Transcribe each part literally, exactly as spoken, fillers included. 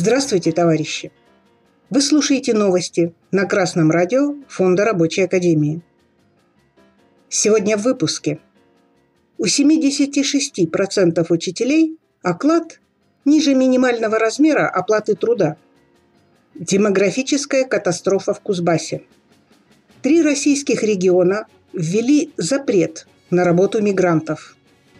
Здравствуйте, товарищи! Вы слушаете новости на Красном радио Фонда Рабочей Академии. Сегодня в выпуске. У семьдесят шесть процентов учителей оклад ниже минимального размера оплаты труда. Демографическая катастрофа в Кузбассе. Три российских региона ввели запрет на работу мигрантов.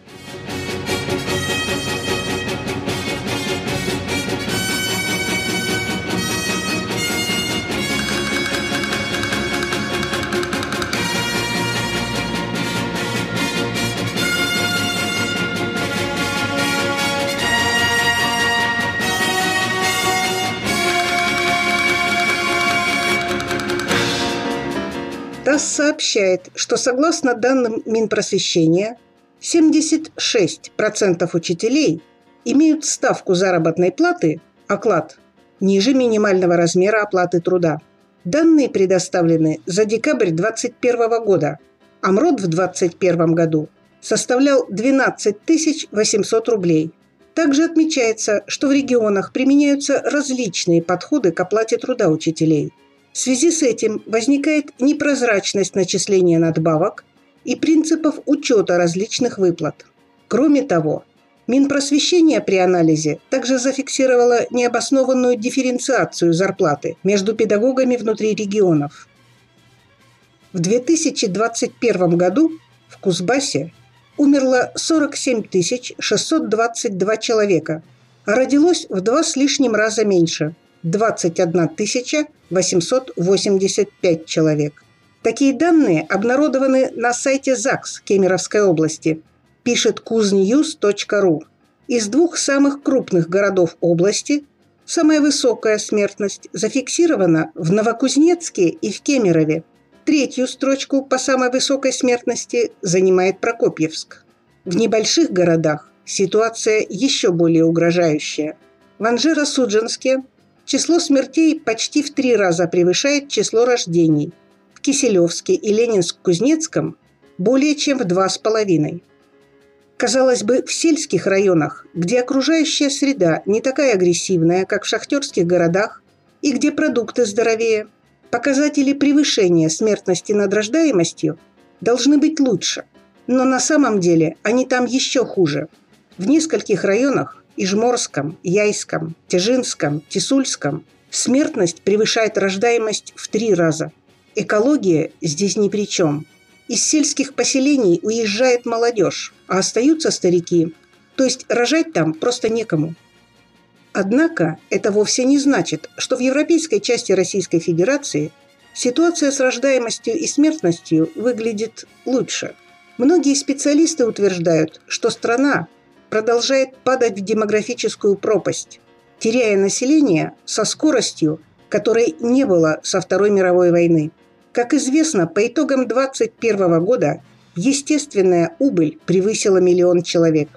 ТАСС сообщает, что согласно данным Минпросвещения, семьдесят шесть процентов учителей имеют ставку заработной платы, оклад, ниже минимального размера оплаты труда. Данные предоставлены за декабрь две тысячи двадцать первого года, а МРОТ в две тысячи двадцать первом году составлял двенадцать тысяч восемьсот рублей. Также отмечается, что в регионах применяются различные подходы к оплате труда учителей. В связи с этим возникает непрозрачность начисления надбавок и принципов учета различных выплат. Кроме того, Минпросвещение при анализе также зафиксировало необоснованную дифференциацию зарплаты между педагогами внутри регионов. В две тысячи двадцать первом году в Кузбассе умерло сорок семь тысяч шестьсот двадцать два человека, а родилось в два с лишним раза меньше – двадцать одна тысяча восемьсот восемьдесят пять человек. Такие данные обнародованы на сайте ЗАГС Кемеровской области, пишет кузньюз точка ру. Из двух самых крупных городов области самая высокая смертность зафиксирована в Новокузнецке и в Кемерове. Третью строчку по самой высокой смертности занимает Прокопьевск. В небольших городах ситуация еще более угрожающая. В Анжеро-Судженске число смертей почти в три раза превышает число рождений. В Киселевске и Ленинск-Кузнецком более чем в два с половиной. Казалось бы, в сельских районах, где окружающая среда не такая агрессивная, как в шахтерских городах, и где продукты здоровее, показатели превышения смертности над рождаемостью должны быть лучше. Но на самом деле они там еще хуже. В нескольких районах – Ижморском, Яйском, Тяжинском, Тисульском смертность превышает рождаемость в три раза. Экология здесь ни при чем. Из сельских поселений уезжает молодежь, а остаются старики, то есть рожать там просто некому. Однако это вовсе не значит, что в европейской части Российской Федерации ситуация с рождаемостью и смертностью выглядит лучше. Многие специалисты утверждают, что страна продолжает падать в демографическую пропасть, теряя население со скоростью, которой не было со Второй мировой войны. Как известно, по итогам двадцать первого года естественная убыль превысила миллион человек.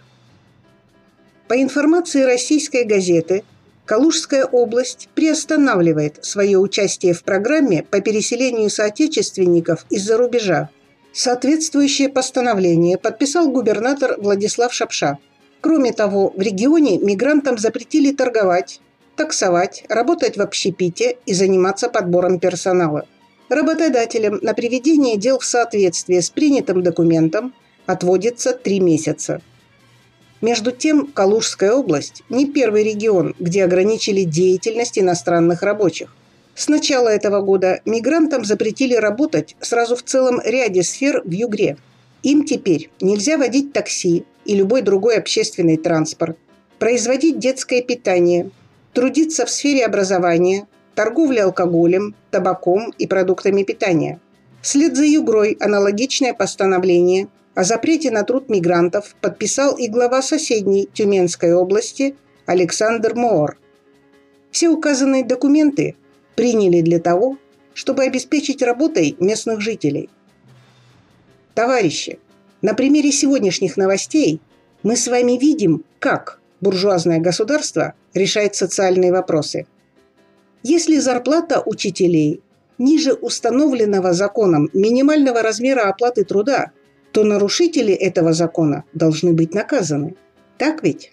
По информации российской газеты, Калужская область приостанавливает свое участие в программе по переселению соотечественников из-за рубежа. Соответствующее постановление подписал губернатор Владислав Шапша. Кроме того, в регионе мигрантам запретили торговать, таксовать, работать в общепите и заниматься подбором персонала. Работодателям на приведение дел в соответствии с принятым документом отводится три месяца. Между тем, Калужская область не первый регион, где ограничили деятельность иностранных рабочих. С начала этого года мигрантам запретили работать сразу в целом ряде сфер в Югре. Им теперь нельзя водить такси и любой другой общественный транспорт, производить детское питание, трудиться в сфере образования, торговли алкоголем, табаком и продуктами питания. Вслед за Югрой аналогичное постановление о запрете на труд мигрантов подписал и глава соседней Тюменской области Александр Моор. Все указанные документы приняли для того, чтобы обеспечить работой местных жителей. Товарищи, на примере сегодняшних новостей мы с вами видим, как буржуазное государство решает социальные вопросы. Если зарплата учителей ниже установленного законом минимального размера оплаты труда, то нарушители этого закона должны быть наказаны. Так ведь?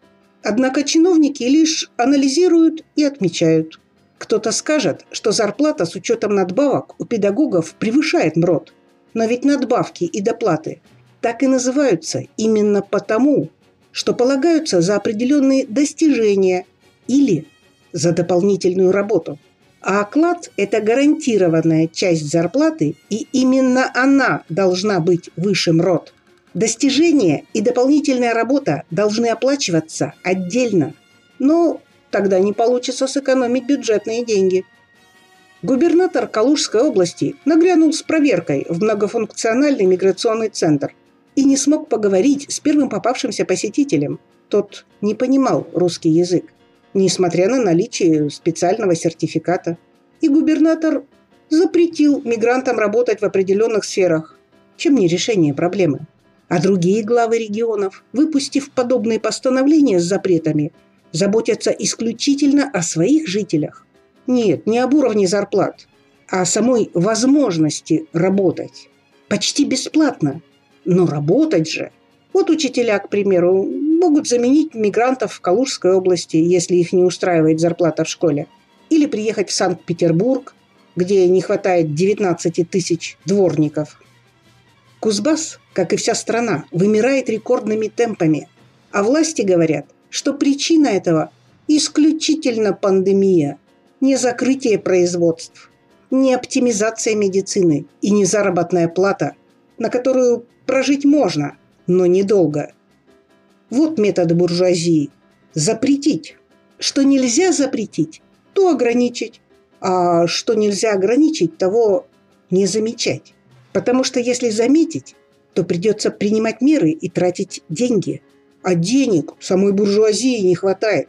Однако чиновники лишь анализируют и отмечают. Кто-то скажет, что зарплата с учетом надбавок у педагогов превышает МРОТ. Но ведь надбавки и доплаты так и называются именно потому, что полагаются за определенные достижения или за дополнительную работу. А оклад – это гарантированная часть зарплаты, и именно она должна быть выше МРОТ. Достижения и дополнительная работа должны оплачиваться отдельно. Но тогда не получится сэкономить бюджетные деньги. Губернатор Калужской области нагрянул с проверкой в многофункциональный миграционный центр и не смог поговорить с первым попавшимся посетителем. Тот не понимал русский язык, несмотря на наличие специального сертификата. И губернатор запретил мигрантам работать в определенных сферах, чем не решение проблемы. А другие главы регионов, выпустив подобные постановления с запретами, заботятся исключительно о своих жителях. Нет, не об уровне зарплат, а о самой возможности работать. Почти бесплатно. Но работать же. Вот учителя, к примеру, могут заменить мигрантов в Калужской области, если их не устраивает зарплата в школе. Или приехать в Санкт-Петербург, где не хватает девятнадцать тысяч дворников. Кузбасс, как и вся страна, вымирает рекордными темпами. А власти говорят, что причина этого исключительно пандемия, не закрытие производств, не оптимизация медицины и не заработная плата, на которую прожить можно, но недолго. Вот метод буржуазии. Запретить. Что нельзя запретить, то ограничить. А что нельзя ограничить, того не замечать. Потому что если заметить, то придется принимать меры и тратить деньги. А денег самой буржуазии не хватает.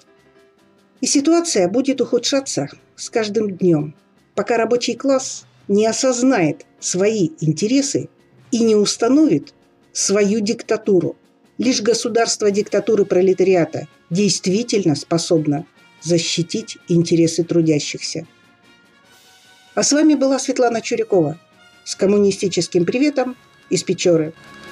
И ситуация будет ухудшаться с каждым днем, пока рабочий класс не осознает свои интересы и не установит свою диктатуру. Лишь государство диктатуры пролетариата действительно способно защитить интересы трудящихся. А с вами была Светлана Чурякова с коммунистическим приветом из Печоры.